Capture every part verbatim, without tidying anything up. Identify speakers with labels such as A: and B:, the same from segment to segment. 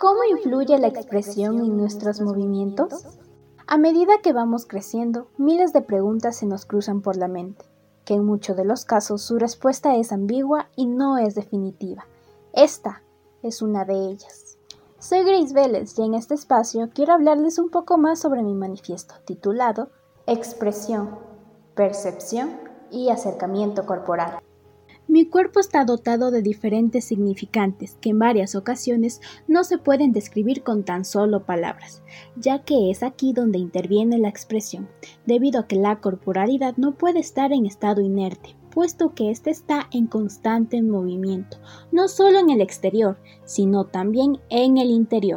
A: ¿Cómo influye la expresión en nuestros movimientos? A medida que vamos creciendo, miles de preguntas se nos cruzan por la mente, que en muchos de los casos su respuesta es ambigua y no es definitiva. Esta es una de ellas. Soy Grace Vélez y en este espacio quiero hablarles un poco más sobre mi manifiesto titulado Expresión, Percepción y Acercamiento Corporal. Mi cuerpo está dotado de diferentes significantes que en varias ocasiones no se pueden describir con tan solo palabras, ya que es aquí donde interviene la expresión, debido a que la corporalidad no puede estar en estado inerte, puesto que éste está en constante movimiento, no solo en el exterior, sino también en el interior.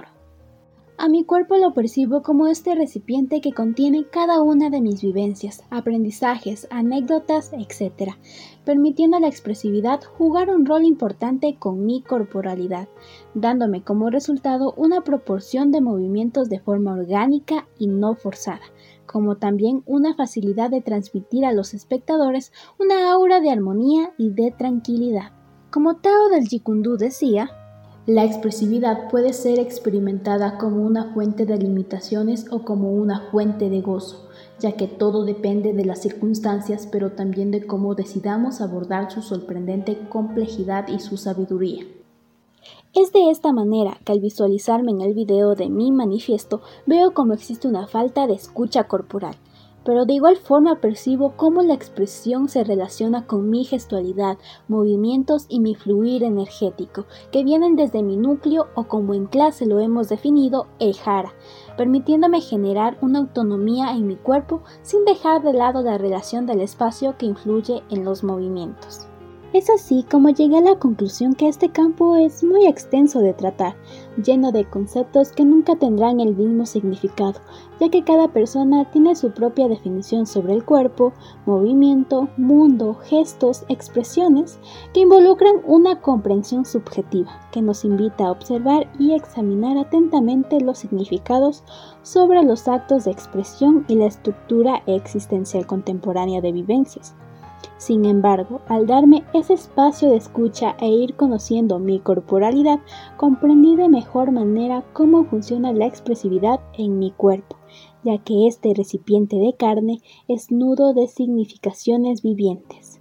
A: A mi cuerpo lo percibo como este recipiente que contiene cada una de mis vivencias, aprendizajes, anécdotas, etcétera, permitiendo a la expresividad jugar un rol importante con mi corporalidad, dándome como resultado una proporción de movimientos de forma orgánica y no forzada, como también una facilidad de transmitir a los espectadores una aura de armonía y de tranquilidad. Como Tao del Jeet Kune Do decía, la expresividad puede ser experimentada como una fuente de limitaciones o como una fuente de gozo, ya que todo depende de las circunstancias, pero también de cómo decidamos abordar su sorprendente complejidad y su sabiduría. Es de esta manera que al visualizarme en el video de mi manifiesto veo cómo existe una falta de escucha corporal, pero de igual forma percibo cómo la expresión se relaciona con mi gestualidad, movimientos y mi fluir energético, que vienen desde mi núcleo o como en clase lo hemos definido, el jara, permitiéndome generar una autonomía en mi cuerpo sin dejar de lado la relación del espacio que influye en los movimientos. Es así como llegué a la conclusión que este campo es muy extenso de tratar, lleno de conceptos que nunca tendrán el mismo significado, ya que cada persona tiene su propia definición sobre el cuerpo, movimiento, mundo, gestos, expresiones, que involucran una comprensión subjetiva, que nos invita a observar y examinar atentamente los significados sobre los actos de expresión y la estructura existencial contemporánea de vivencias. Sin embargo, al darme ese espacio de escucha e ir conociendo mi corporalidad, comprendí de mejor manera cómo funciona la expresividad en mi cuerpo, ya que este recipiente de carne es nudo de significaciones vivientes.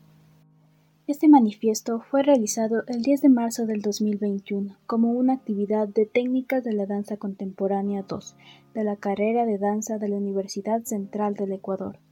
A: Este manifiesto fue realizado el diez de marzo del dos mil veintiuno como una actividad de Técnicas de la Danza Contemporánea dos de la carrera de danza de la Universidad Central del Ecuador.